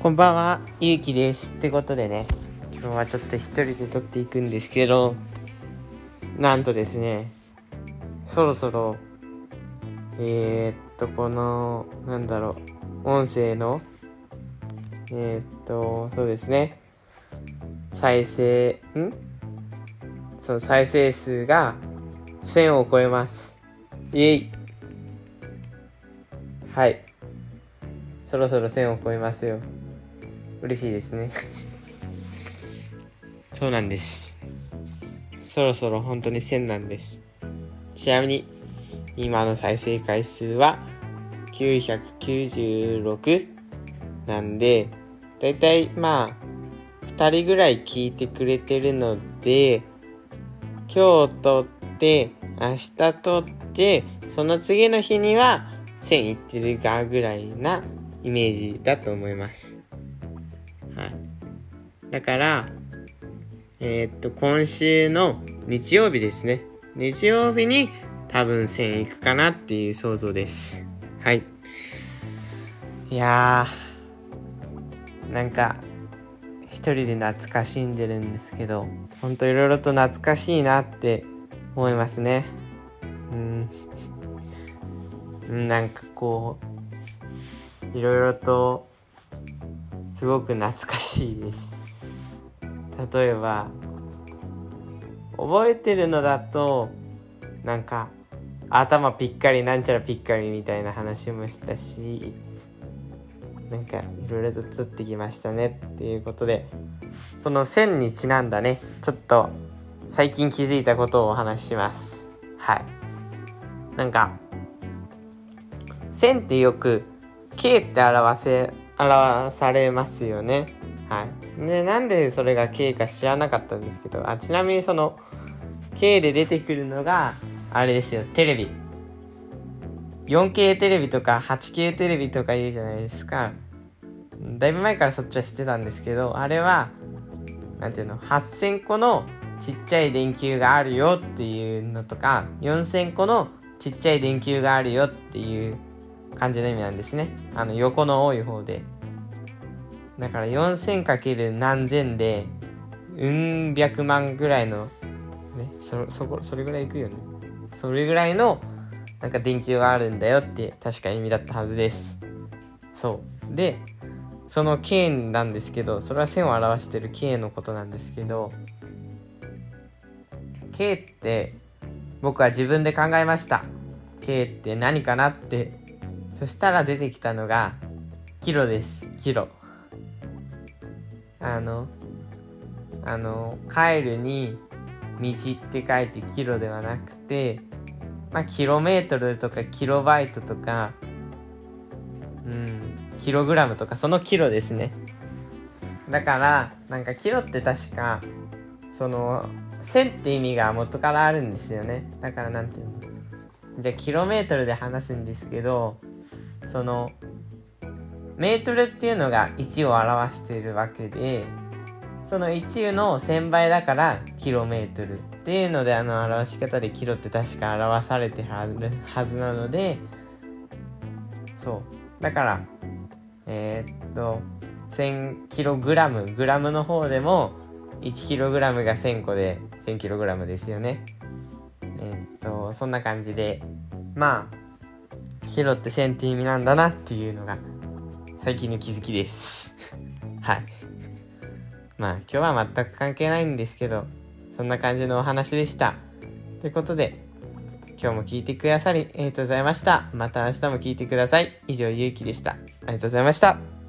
こんばんは、ゆうきです。ってことでね、今日はちょっと一人で撮っていくんですけど、なんとですね、そろそろ、この、音声の、そうですね、再生数が1000を超えます。イエイ。はい。そろそろ1000を超えますよ。嬉しいですね。そうなんです。そろそろ本当に1000なんです。ちなみに、今の再生回数は996なんで、だいたい2人ぐらい聞いてくれてるので、今日撮って明日撮ってその次の日には1000いってるかぐらいなイメージだと思います。はい。だから今週の日曜日ですね。日曜日に多分1000いくかなっていう想像です。はい。いやー、なんか一人で懐かしんでるんですけど、ほんといろいろと懐かしいなって思いますね。なんかこういろいろとすごく懐かしいです。例えば覚えてるのだと、なんか頭ピッカリなんちゃらピッカリみたいな話もしたし、なんかいろいろと撮ってきましたねっていうことで、その1000にちなんだね、ちょっと最近気づいたことをお話しします。はい。なんか1000ってよく K って表されますよね。はい。で、なんでそれが K か知らなかったんですけど、ちなみにその K で出てくるのがあれですよ、テレビ。4K テレビとか 8K テレビとか言うじゃないですか。だいぶ前からそっちは知ってたんですけど、あれは8000個のちっちゃい電球があるよっていうのとか、4000個のちっちゃい電球があるよっていう感じの意味なんですね。横の多い方で。だから4000かける何千で百万ぐらいのね、それぐらいいくよね。それぐらいのなんか電球があるんだよって確か意味だったはずです。そうで、その K なんですけど、それは線を表してる K のことなんですけど、 K って僕は自分で考えました。 K って何かなって。そしたら出てきたのがキロです。キロ。帰るに道って書いてキロではなくて、キロメートルとかキロバイトとかキログラムとか、そのキロですね。だからなんかキロって確かその1000って意味が元からあるんですよね。だからなんていうの、じゃあキロメートルで話すんですけど、そのメートルっていうのが1を表しているわけで、その1の1000倍だからキロメートルっていうので、表し方でキロって確か表されてるはずなので、そうだから1000キログラム、グラムの方でも1キログラムが1000個で1000キログラムですよね。そんな感じで、キロって1000って意味なんだなっていうのが最近の気づきです。はい。今日は全く関係ないんですけど、そんな感じのお話でした。ということで、今日も聞いてくださりありがとうございました。また明日も聞いてください。以上、ゆうきでした。ありがとうございました。